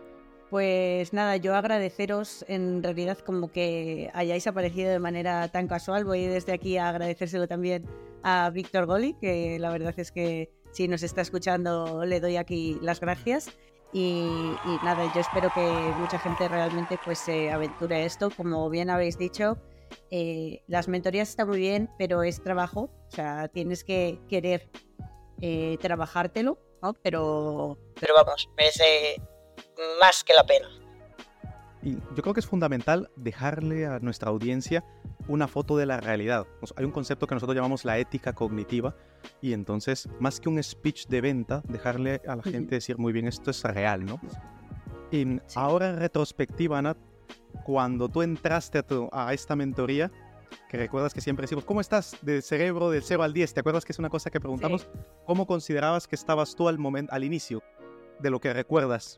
Pues nada, yo agradeceros en realidad como que hayáis aparecido de manera tan casual. Voy desde aquí a agradecérselo también a Víctor Goli, que la verdad es que si nos está escuchando le doy aquí las gracias. Y, y nada, yo espero que mucha gente realmente pues se aventure a esto. Como bien habéis dicho, eh, las mentorías están muy bien, pero es trabajo. O sea, tienes que querer eh, trabajártelo, ¿no? Pero, pero vamos, merece más que la pena. Y yo creo que es fundamental dejarle a nuestra audiencia una foto de la realidad. Hay un concepto que nosotros llamamos la ética cognitiva, y entonces, más que un speech de venta, dejarle a la gente decir, muy bien, esto es real, ¿no? Y sí. Ahora en retrospectiva, Ana, cuando tú entraste a, tu, a esta mentoría, que recuerdas que siempre decimos, ¿cómo estás de cerebro del cero al diez? ¿Te acuerdas que es una cosa que preguntamos? Sí. ¿Cómo considerabas que estabas tú al, momento, al inicio de lo que recuerdas?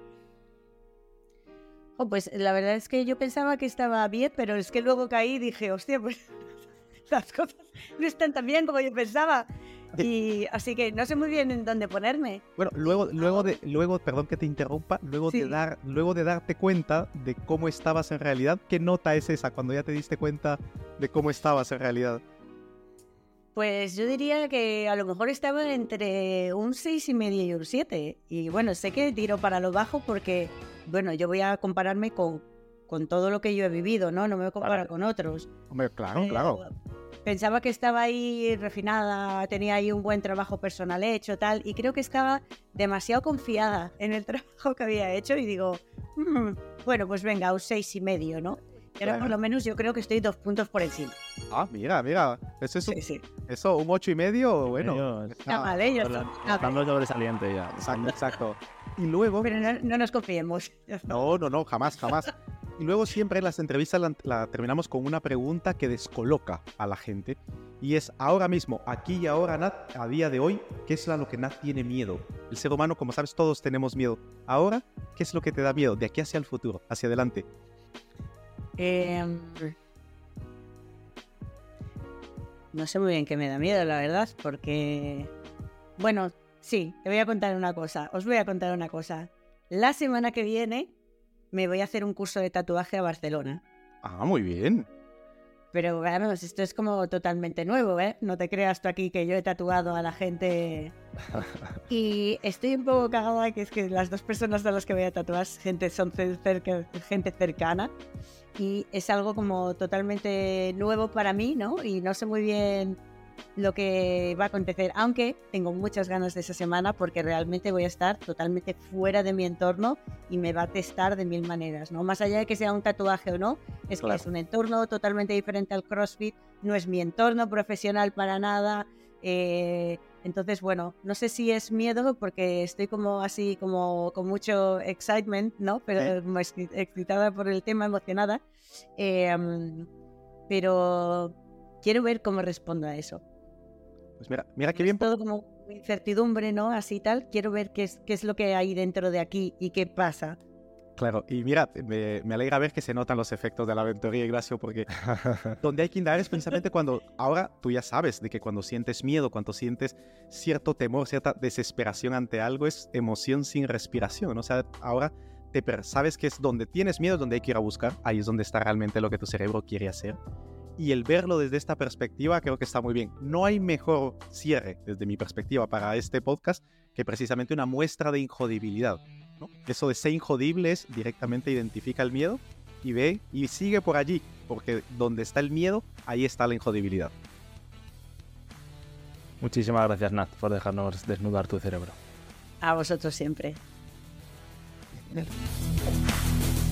Oh, pues la verdad es que yo pensaba que estaba bien, pero es que luego caí y dije, hostia, pues las cosas no están tan bien como yo pensaba. Y así que no sé muy bien en dónde ponerme. Bueno, luego, luego de, luego, perdón que te interrumpa, luego sí. de dar, luego de darte cuenta de cómo estabas en realidad, ¿qué nota es esa cuando ya te diste cuenta de cómo estabas en realidad? Pues yo diría que a lo mejor estaba entre un seis y medio y un siete. Y bueno, sé que tiro para lo bajo porque, bueno, yo voy a compararme con, con todo lo que yo he vivido, ¿no? No me comparo claro. con otros. Hombre, claro, eh, claro. Pensaba que estaba ahí refinada, tenía ahí un buen trabajo personal hecho, tal, y creo que estaba demasiado confiada en el trabajo que había hecho y digo, mmm, bueno, pues venga, un seis y medio, ¿no? Y ahora claro. por lo menos yo creo que estoy dos puntos por encima. Ah, mira, mira. Eso es un, Sí, sí. eso, un ocho y medio, bueno. Medio, está- Está mal, ¿eh? Yo Habla- estoy- a Estando ver, sobresaliente ya. Exacto, exacto. Y luego... pero no, no nos confiemos. No, no, no, jamás, jamás. Y luego siempre las entrevistas la, la terminamos con una pregunta que descoloca a la gente. Y es ahora mismo, aquí y ahora, Nat, a día de hoy, ¿qué es a lo que Nat tiene miedo? El ser humano, como sabes, todos tenemos miedo. Ahora, ¿qué es lo que te da miedo? De aquí hacia el futuro, hacia adelante. Eh, no sé muy bien qué me da miedo, la verdad, porque... Bueno, sí, te voy a contar una cosa. Os voy a contar una cosa. La semana que viene me voy a hacer un curso de tatuaje a Barcelona. Ah, muy bien. Pero vamos, esto es como totalmente nuevo, ¿eh? No te creas tú aquí que yo he tatuado a la gente. Y estoy un poco cagada, que es que las dos personas a las que voy a tatuar gente son cerca, gente cercana. Y es algo como totalmente nuevo para mí, ¿no? Y no sé muy bien lo que va a acontecer, aunque tengo muchas ganas de esa semana porque realmente voy a estar totalmente fuera de mi entorno y me va a testar de mil maneras, ¿no? Más allá de que sea un tatuaje o no, es Claro. que es un entorno totalmente diferente al CrossFit, no es mi entorno profesional para nada, eh, entonces bueno, no sé si es miedo porque estoy como así como con mucho excitement, ¿no? Pero ¿Eh? como excitada por el tema, emocionada, eh, pero quiero ver cómo respondo a eso. Pues mira, mira qué Es bien. todo como incertidumbre, ¿no? Así tal. Quiero ver qué es, qué es lo que hay dentro de aquí y qué pasa. Claro, y mira, me, me alegra ver que se notan los efectos de la aventuría, Ignacio, porque donde hay que indagar es precisamente cuando, ahora tú ya sabes de que cuando sientes miedo, cuando sientes cierto temor, cierta desesperación ante algo, es emoción sin respiración, ¿no? O sea, ahora te per- sabes que es donde tienes miedo, donde hay que ir a buscar, ahí es donde está realmente lo que tu cerebro quiere hacer. Y el verlo desde esta perspectiva creo que está muy bien. No hay mejor cierre, desde mi perspectiva, para este podcast que precisamente una muestra de injodibilidad, ¿no? Eso de ser injodible es directamente identifica el miedo y ve y sigue por allí, porque donde está el miedo, ahí está la injodibilidad. Muchísimas gracias, Nat, por dejarnos desnudar tu cerebro. A vosotros siempre.